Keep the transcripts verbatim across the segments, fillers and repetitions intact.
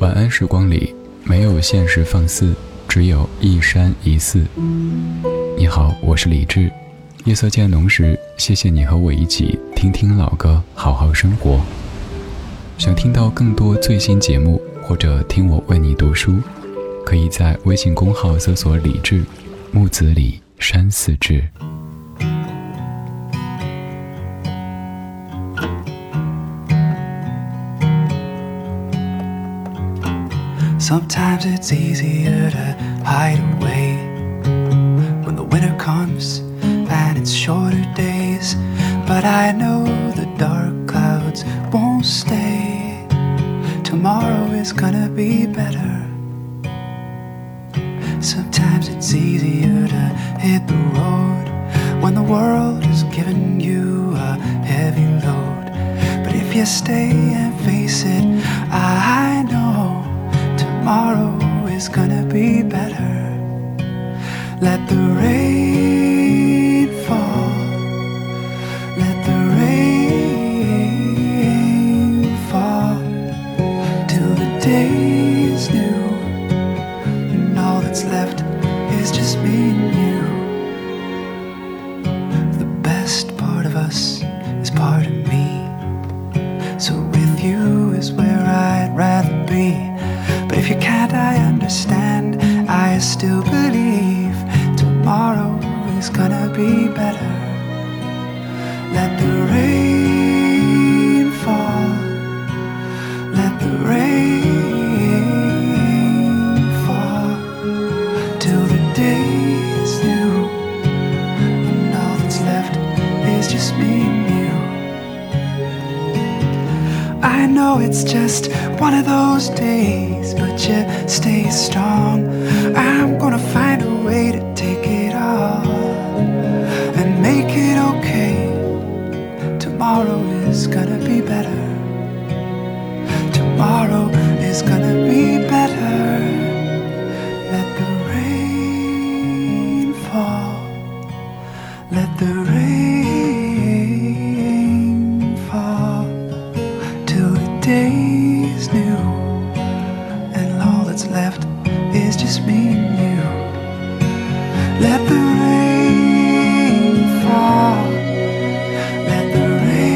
晚安时光里，没有现实放肆，只有一山一寺。你好，我是李志。夜色渐浓时，谢谢你和我一起听听老歌，好好生活。想听到更多最新节目，或者听我为你读书，可以在微信公号搜索李志，木子李，山寺志。 Sometimes it's easier to hide away when the winter comes and it's shorter days. But I know the dark clouds won't stay. Tomorrow is gonna be better. Sometimes it's easier to hit the road when the world is giving you a heavy load. But if you stay and face it, I know tomorrow is gonna be better. Let the rain fall. Let the rain fall till the day is new, and all that's left is just me and you. The best part of us is part of me, so with you is where I'd rather be. But if you can't, I understand. I still believe tomorrow is gonna be better. Let the rain fall. Let the rain fall till the day is new, and all that's left is just me and you. I know it's just one of those days, but you stay strong. I'm gonna find a way to take it all and make it okay. Tomorrow is gonna be better. Tomorrow is gonna be better. Let the rain fall. Let the rain fall till the day is new, and all that's left is just me and you. Let the rain fall. Let the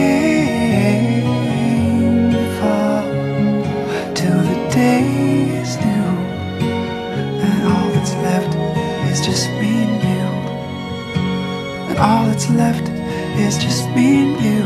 rain fall till the day is new, and all that's left is just me and you. And all that's left is just me and you.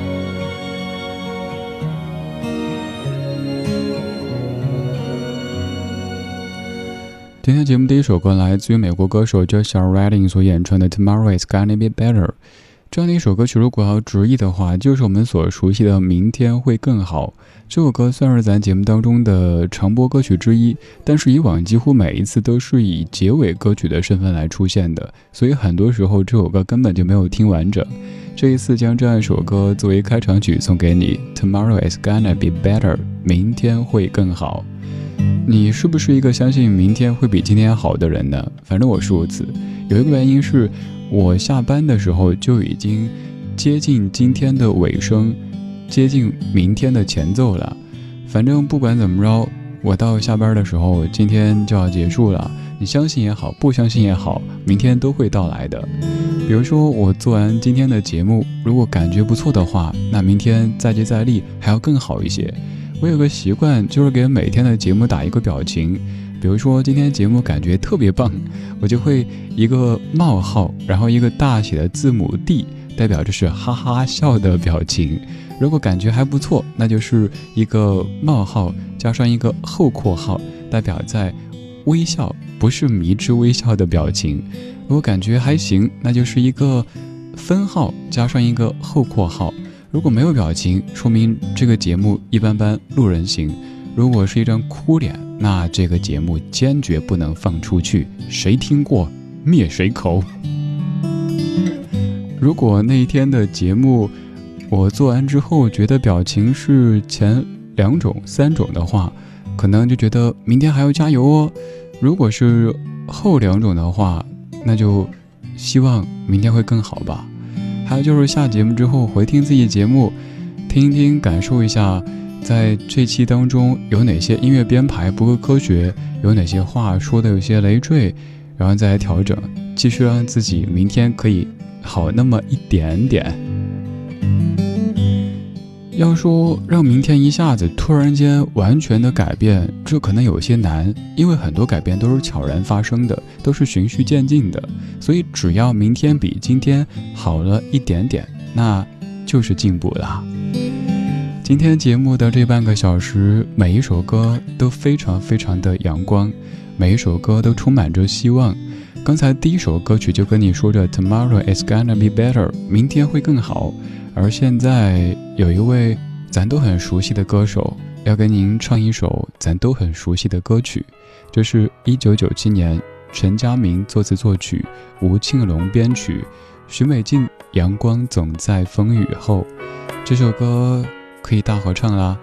今天节目第一首歌来自于美国歌手 Joshua Reding 所演唱的 Tomorrow is gonna be better。 这样的一首歌曲如果要直译的话，就是我们所熟悉的明天会更好。这首歌算是咱节目当中的常播歌曲之一，但是以往几乎每一次都是以结尾歌曲的身份来出现的，所以很多时候这首歌根本就没有听完整。这一次将这样一首歌作为开场曲送给你， Tomorrow is gonna be better， 明天会更好。你是不是一个相信明天会比今天好的人呢？反正我是如此。有一个原因是我下班的时候就已经接近今天的尾声，接近明天的前奏了。反正不管怎么着，我到下班的时候今天就要结束了，你相信也好，不相信也好，明天都会到来的。比如说我做完今天的节目，如果感觉不错的话，那明天再接再厉还要更好一些。我有个习惯，就是给每天的节目打一个表情。比如说今天节目感觉特别棒，我就会一个冒号，然后一个大写的字母 D， 代表着是哈哈笑的表情。如果感觉还不错，那就是一个冒号加上一个后括号，代表在微笑，不是迷之微笑的表情。如果感觉还行，那就是一个分号加上一个后括号。如果没有表情，说明这个节目一般般，路人行。如果是一张哭脸，那这个节目坚决不能放出去，谁听过灭谁口。如果那一天的节目我做完之后觉得表情是前两种三种的话，可能就觉得明天还要加油哦。如果是后两种的话，那就希望明天会更好吧。还有就是下节目之后回听自己节目，听一听感受一下在这期当中有哪些音乐编排不够科学，有哪些话说的有些累赘，然后再来调整，继续让自己明天可以好那么一点点。要说让明天一下子突然间完全的改变，这可能有些难，因为很多改变都是悄然发生的，都是循序渐进的，所以只要明天比今天好了一点点，那就是进步啦。今天节目的这半个小时，每一首歌都非常非常的阳光，每一首歌都充满着希望。刚才第一首歌曲就跟你说着 Tomorrow is gonna be better， 明天会更好。而现在有一位咱都很熟悉的歌手要跟您唱一首咱都很熟悉的歌曲，这是一九九七年陈嘉明作词作曲，吴庆隆编曲，许美静阳光总在风雨后。这首歌可以大合唱啦。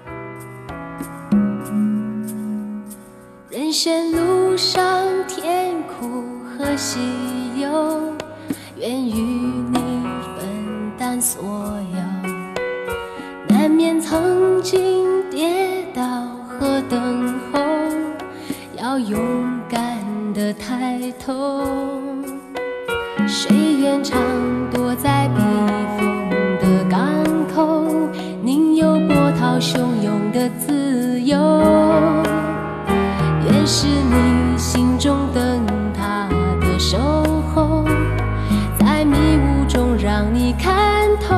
人生路上甜苦和喜忧，愿与你分担所有，难免曾经跌倒和等候，要勇敢地抬头。谁愿常躲在避风的港口，宁有波涛汹涌的自由。愿是你心中灯塔的守候，在迷雾中让你看透。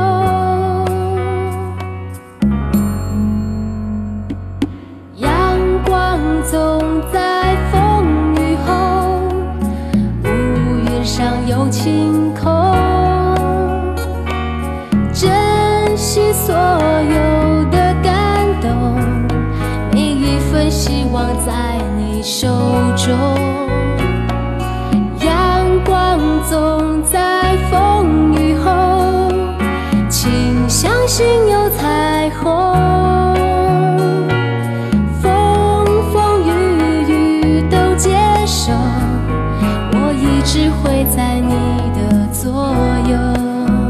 阳光总在风雨后，乌云上有晴空，珍惜所有的感动，每一份希望在你手中。阳光总在风雨后，请相信有彩虹。风风雨雨都接受，我一直会在你的左右。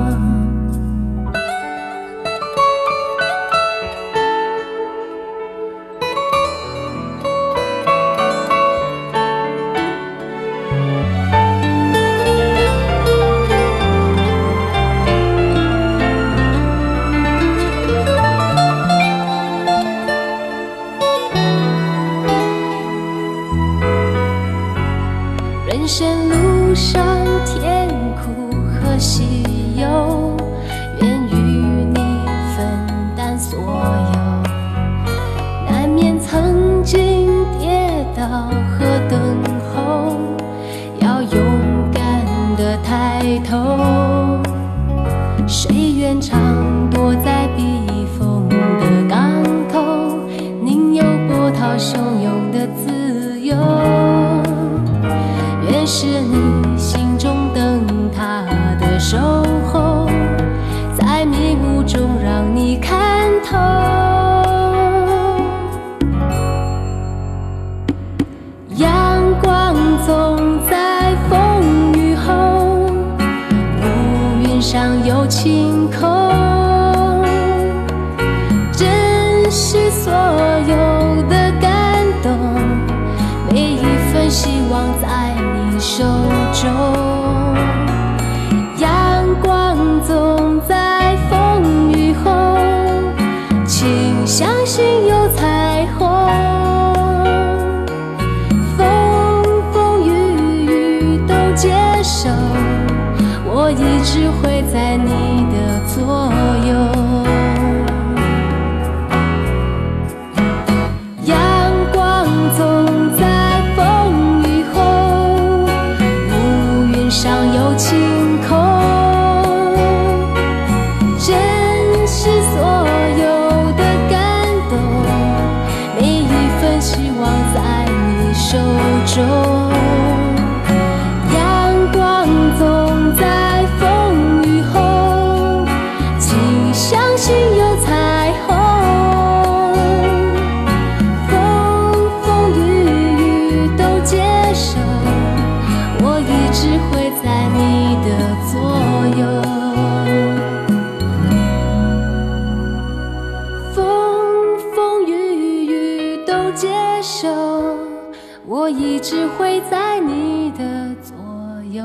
人生路上甜苦和喜忧，愿与你分担所有，难免曾经跌倒和等候，要勇敢地抬头。谁愿常躲在避风的港口，宁有波涛汹涌的自由。愿是你心中灯塔的守候，在迷雾中让你看透。阳光总在风雨后，乌云上有晴空，珍惜所有的感动，每一份希望在你手中。阳光总在风雨后，请相信有彩虹。风风雨雨都接受，我一直会在你的左右。阳光总在风雨后，乌云上有晴空，珍惜所有的感动，每一份希望在你手中。阳光总在风雨手，我一直会在你的左右。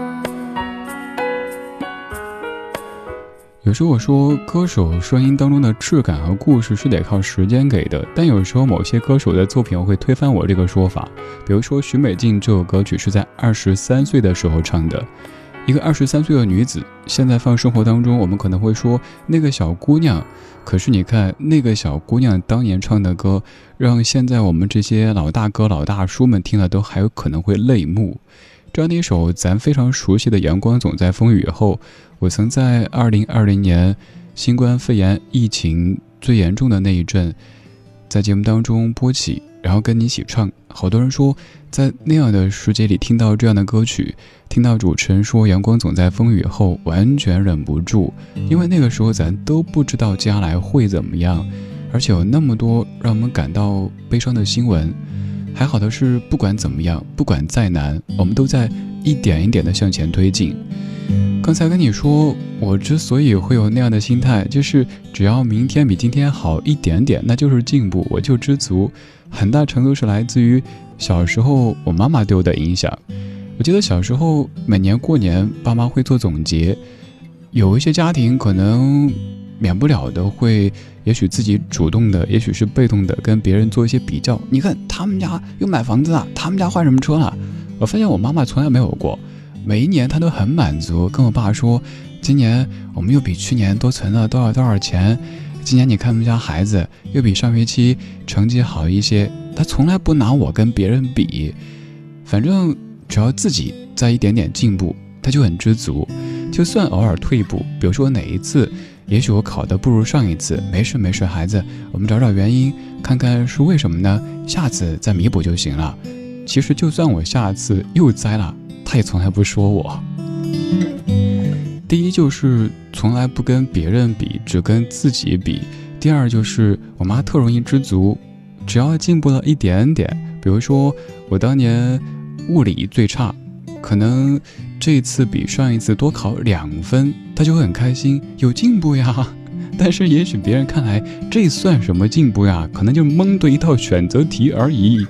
有时候我说歌手声音当中的质感和故事是得靠时间给的，但有时候某些歌手的作品会推翻我这个说法。比如说许美静这首歌曲是在二十三岁的时候唱的，一个二十三岁的女子，现在放生活当中我们可能会说那个小姑娘，可是你看那个小姑娘当年唱的歌，让现在我们这些老大哥老大叔们听了都还有可能会泪目。这样的一首咱非常熟悉的阳光总在风雨后，我曾在二零二零年新冠肺炎疫情最严重的那一阵在节目当中播起，然后跟你一起唱。好多人说在那样的世界里听到这样的歌曲，听到主持人说阳光总在风雨后，完全忍不住，因为那个时候咱都不知道接下来会怎么样，而且有那么多让我们感到悲伤的新闻。还好的是不管怎么样，不管再难，我们都在一点一点的向前推进。刚才跟你说我之所以会有那样的心态，就是只要明天比今天好一点点，那就是进步，我就知足。很大程度是来自于小时候我妈妈对我的影响。我记得小时候每年过年爸妈会做总结，有一些家庭可能免不了的会也许自己主动的，也许是被动的跟别人做一些比较，你看他们家又买房子了，他们家换什么车了。我发现我妈妈从来没有过，每一年她都很满足，跟我爸说今年我们又比去年多存了多少多少钱，今年你看我们家孩子又比上学期成绩好一些。她从来不拿我跟别人比，反正只要自己在一点点进步，她就很知足。就算偶尔退步，比如说哪一次也许我考得不如上一次，没事没事孩子，我们找找原因，看看是为什么呢，下次再弥补就行了。其实就算我下次又栽了，他也从来不说我。第一就是从来不跟别人比，只跟自己比。第二就是我妈特容易知足，只要进步了一点点，比如说我当年物理最差，可能这一次比上一次多考两分，他就会很开心，有进步呀。但是也许别人看来这算什么进步呀，可能就蒙对一道选择题而已。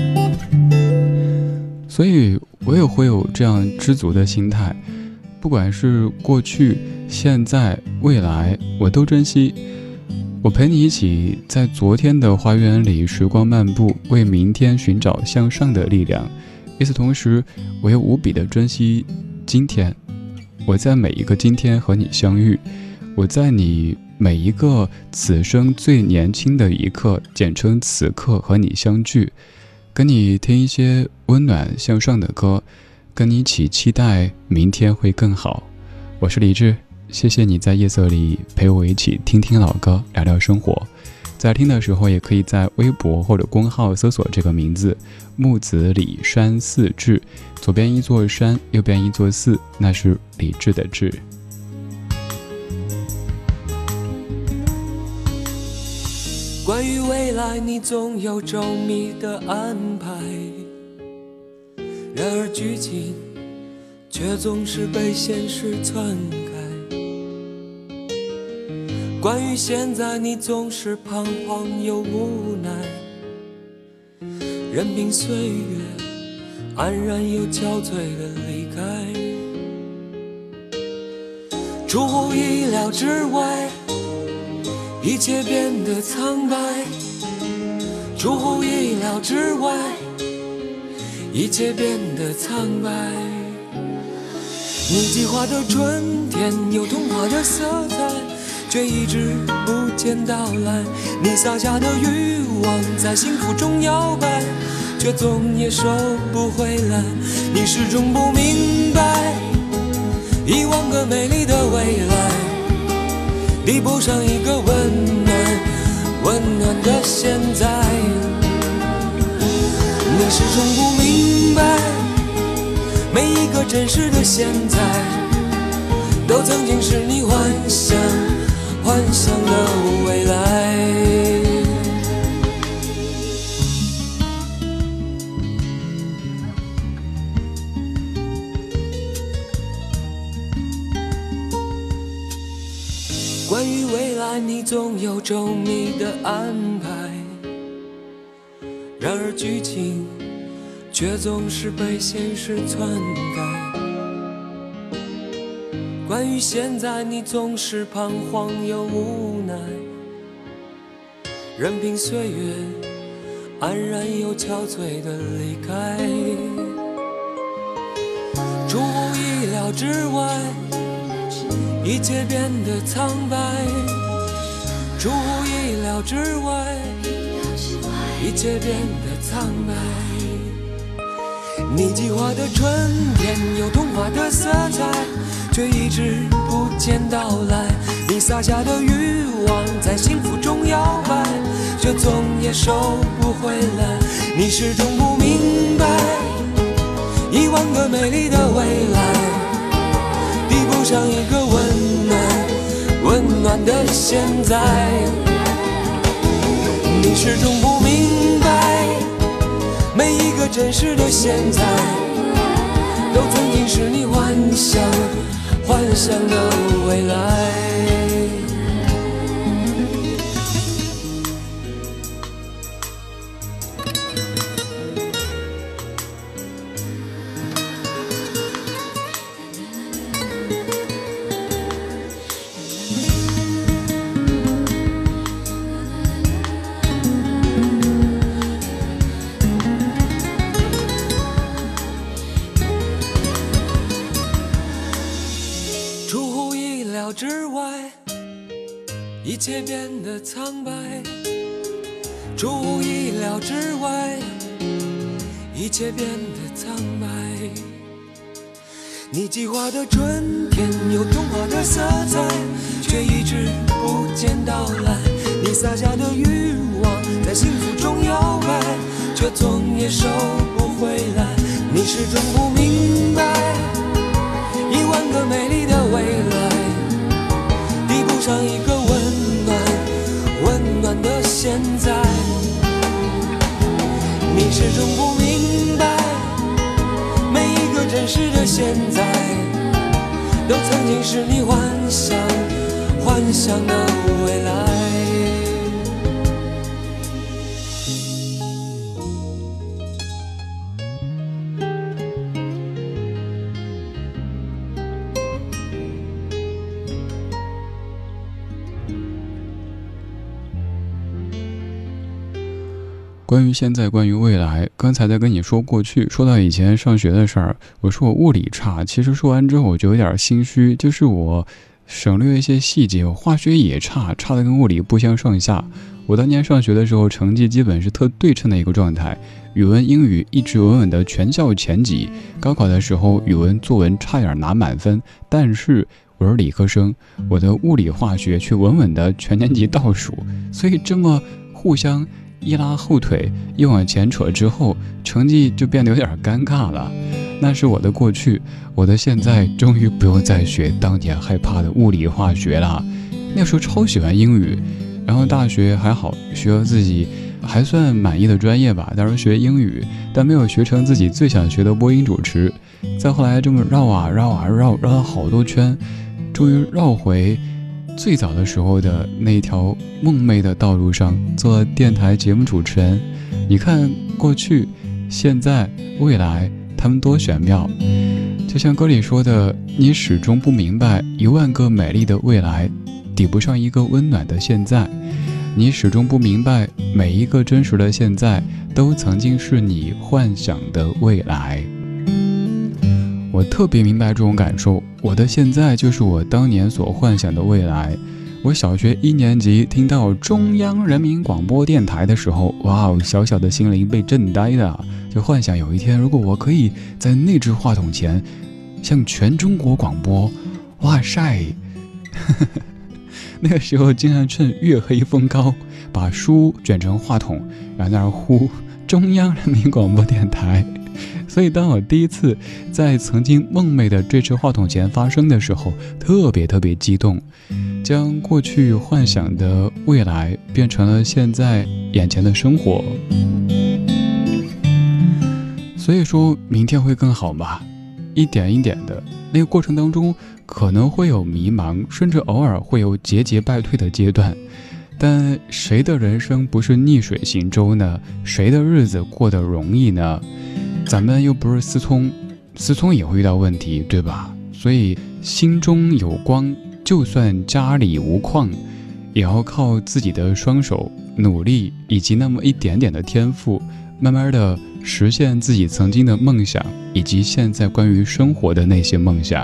所以我也会有这样知足的心态，不管是过去现在未来，我都珍惜。我陪你一起在昨天的花园里时光漫步，为明天寻找向上的力量。与此同时，我又无比的珍惜今天，我在每一个今天和你相遇，我在你每一个此生最年轻的一刻，简称此刻和你相聚，跟你听一些温暖向上的歌，跟你一起期待明天会更好。我是李志，谢谢你在夜色里陪我一起听听老歌，聊聊生活。在听的时候也可以在微博或者公号搜索这个名字，木子李山寺志，左边一座山，右边一座寺，那是李志的志。 关于未来你总有周密的安排，然而剧情却总是被现实篡改。关于现在你总是彷徨又无奈，任凭岁月安然又憔悴的离开。出乎意料之外，一切变得苍白，出乎意料之外，一切变得苍白。你计划的春天有童话的色彩，却一直不见到来。你撒下的欲望在幸福中摇摆，却总也收不回来。你始终不明白，一万个美丽的未来比不上一个温暖温暖的现在。你始终不明白，每一个真实的现在都曾经是你幻想幻想的未来。关于未来你总有周密的安排，然然而剧情却总是被现实篡改。关于现在，你总是彷徨又无奈，任凭岁月安然又憔悴地离开。出乎意料之外，一切变得苍白。出乎意料之外，一切变得苍白。你计划的春天有童话的色彩，却一直不见到来。你撒下的欲望在幸福中摇摆，却总也收不回来。你始终不明白，一万个美丽的未来比不上一个温暖温暖的现在。你始终不明白，每一个真实的现在都曾经是你幻想幻想的未来。之外，一切变得苍白。出乎意料之外，一切变得苍白。你计划的春天有童话的色彩，却一直不见到来。你撒下的欲望在幸福中摇摆，却总也收不回来。你始终不明白，一万个美丽的未来比不上一个温暖温暖的现在。你始终不明白，每一个真实的现在都曾经是你幻想幻想的未来。 关于现在，关于未来，刚才在跟你说过去，说到以前上学的事儿，我说我物理差，其实说完之后我就有点心虚，就是我省略一些细节，我化学也差，差的跟物理不相上下。我当年上学的时候，成绩基本是特对称的一个状态，语文、英语一直稳稳的全校前几。高考的时候，语文、作文差点拿满分，但是我是理科生，我的物理、化学却稳稳的全年级倒数，所以这么互相一拉后腿，一往前扯之后，成绩就变得有点尴尬了。那是我的过去，我的现在终于不用再学当年害怕的物理化学了。那时候超喜欢英语，然后大学还好，学了自己还算满意的专业吧，当时学英语，但没有学成自己最想学的播音主持。再后来这么绕啊绕啊绕，绕了好多圈，终于绕回最早的时候的那条梦寐的道路上，做电台节目主持人。你看过去、现在、未来，他们多玄妙。就像歌里说的，你始终不明白，一万个美丽的未来抵不上一个温暖的现在。你始终不明白，每一个真实的现在都曾经是你幻想的未来。我特别明白这种感受，我的现在就是我当年所幻想的未来。我小学一年级听到中央人民广播电台的时候，哇哦，小小的心灵被震呆了，就幻想有一天，如果我可以在那只话筒前向全中国广播，哇塞！那个时候经常趁月黑风高，把书卷成话筒，然后在那儿呼中央人民广播电台。所以当我第一次在曾经梦寐的这只话筒前发声的时候，特别特别激动，将过去幻想的未来变成了现在眼前的生活。所以说明天会更好嘛，一点一点的，那个过程当中可能会有迷茫，甚至偶尔会有节节败退的阶段， 但谁的人生不是逆水行舟呢？谁的日子过得容易呢？咱们又不是思聪，思聪也会遇到问题，对吧？所以心中有光，就算家里无矿，也要靠自己的双手努力，以及那么一点点的天赋，慢慢的实现自己曾经的梦想，以及现在关于生活的那些梦想。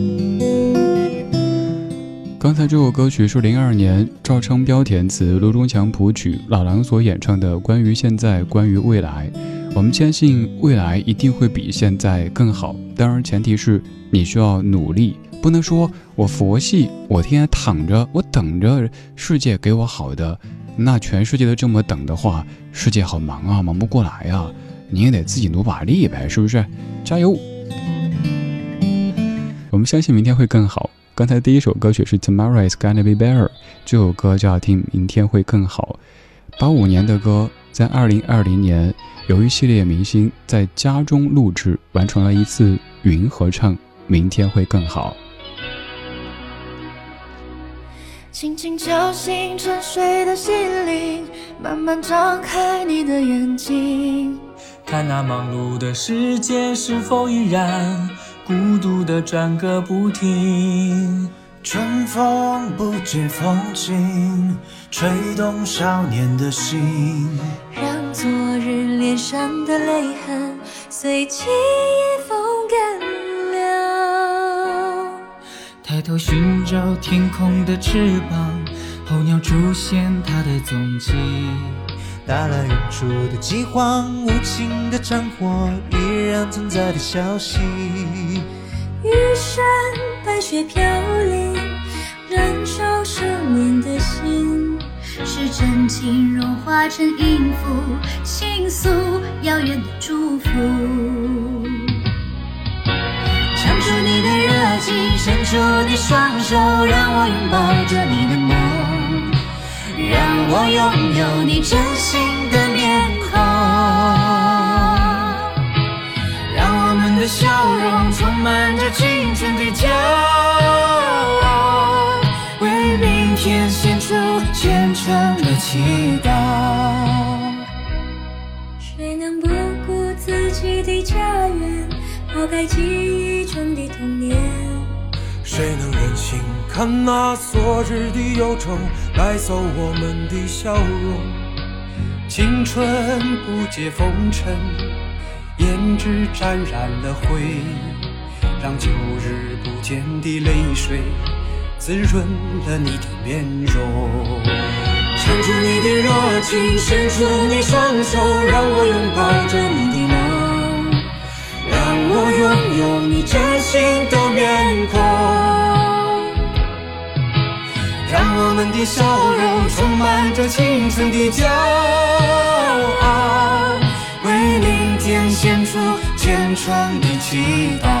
刚才这首歌曲是零二年赵昌标填词，卢中强谱曲，老狼所演唱的《关于现在，关于未来》。我们坚信未来一定会比现在更好，当然前提是你需要努力，不能说我佛系，我天天躺着，我等着世界给我好的。那全世界都这么等的话，世界好忙啊，忙不过来啊，你也得自己努把力呗，是不是？加油！我们相信明天会更好。刚才第一首歌曲是 Tomorrow is gonna be better， 这首歌就要听明天会更好。八五年的歌，在二零二零年由一系列明星在家中录制，完成了一次云合唱，明天会更好。 轻轻叫醒沉睡的心灵，慢慢张开你的眼睛， 看那忙碌的世界是否依然孤独的转个不停。 春风不解风情，吹动少年的心， 让昨日脸上的泪痕随记忆风干了。 抬头寻找天空的翅膀，候鸟出现它的踪迹。 打来远处的饥荒，无情的战火依然存在的消息。 玉山白雪飘零，燃烧生命的心，是真情融化成音符，倾诉遥远的祝福。唱出你的热情，伸出你双手，让我拥抱着你的梦，让我拥有你真心的面孔，让我们的笑容充满着青春的骄傲，为明天献出虔诚的祈祷。谁能不顾自己的家园，抛开记忆中的童年？ 谁能忍心看那昨日的忧愁带走我们的笑容？青春不解风尘，胭脂沾染了灰，让旧日不见的泪水滋润了你的面容。唱出你的热情，伸出你双手，让我拥抱着你的梦，让我拥有你真心的面孔，让我们的笑容充满着青春的骄傲，为明天献出虔诚的祈祷。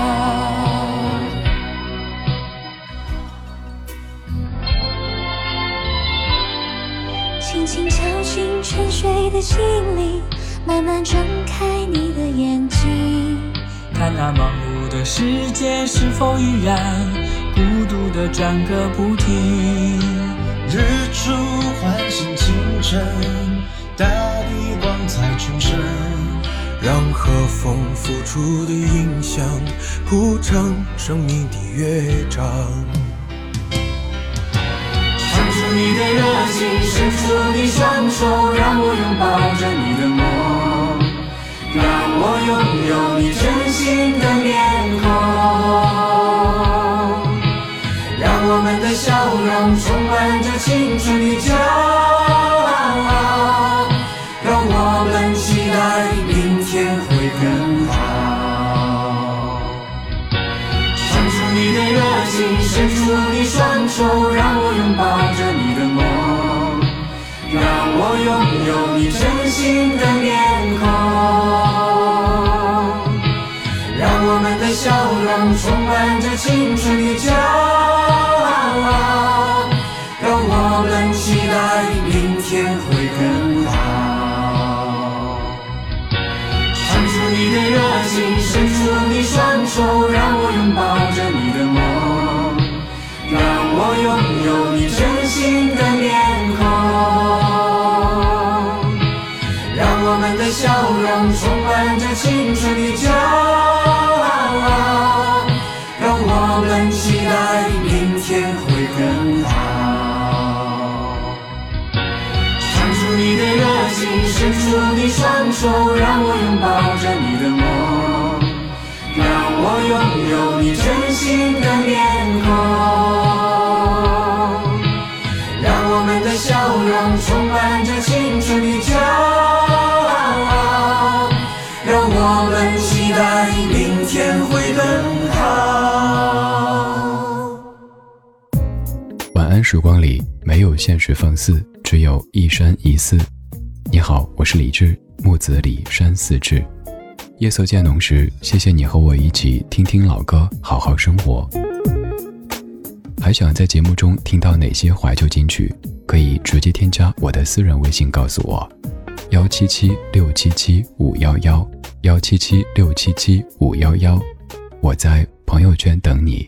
轻轻敲醒沉睡的心灵，慢慢睁开你的眼睛， 看那忙碌的世界是否依然孤独的转个不停。 日出唤醒清晨，大地光彩重生， 让和风付出的影响谱成生命的乐章。 唱出你的热情，伸出你双手，让我拥抱着你的梦，让我拥有你真心的面孔，让我们的笑容充满着青春的骄傲，让我们期待明天会更好。唱出你的热情，伸出你双手，让我拥抱着你的梦，让我拥有你真心的面孔，让我们的笑容充满着青春的骄傲，让我们期待明天会更好。唱出你的热情，伸出你双手，让我拥抱着你的梦，让我拥有你真心的面孔， 笑容充满着青春的骄傲，让我们期待明天会更好。唱出你的热情，伸出你双手，让我拥抱着你的梦，让我拥有你真心的面孔。让我们的笑容充满着青春的骄傲，让我们期待明天会更好。 晚安时光里没有现实放肆，只有一山一寺。你好，我是李志，木子李山寺志。夜色渐浓时，谢谢你和我一起听听老歌，好好生活。还想在节目中听到哪些怀旧金曲，可以直接添加我的私人微信告诉我，幺七七六七七五幺幺，幺七七六七七五幺幺，我在朋友圈等你。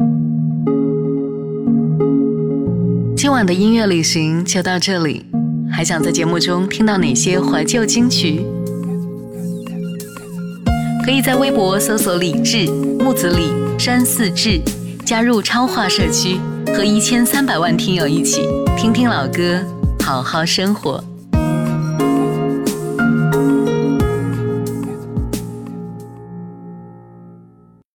今晚的音乐旅行就到这里，还想在节目中听到哪些怀旧金曲？可以在微博搜索李志、木子李、山寺志，加入超话社区，和一千三百万听友一起听听老歌，好好生活。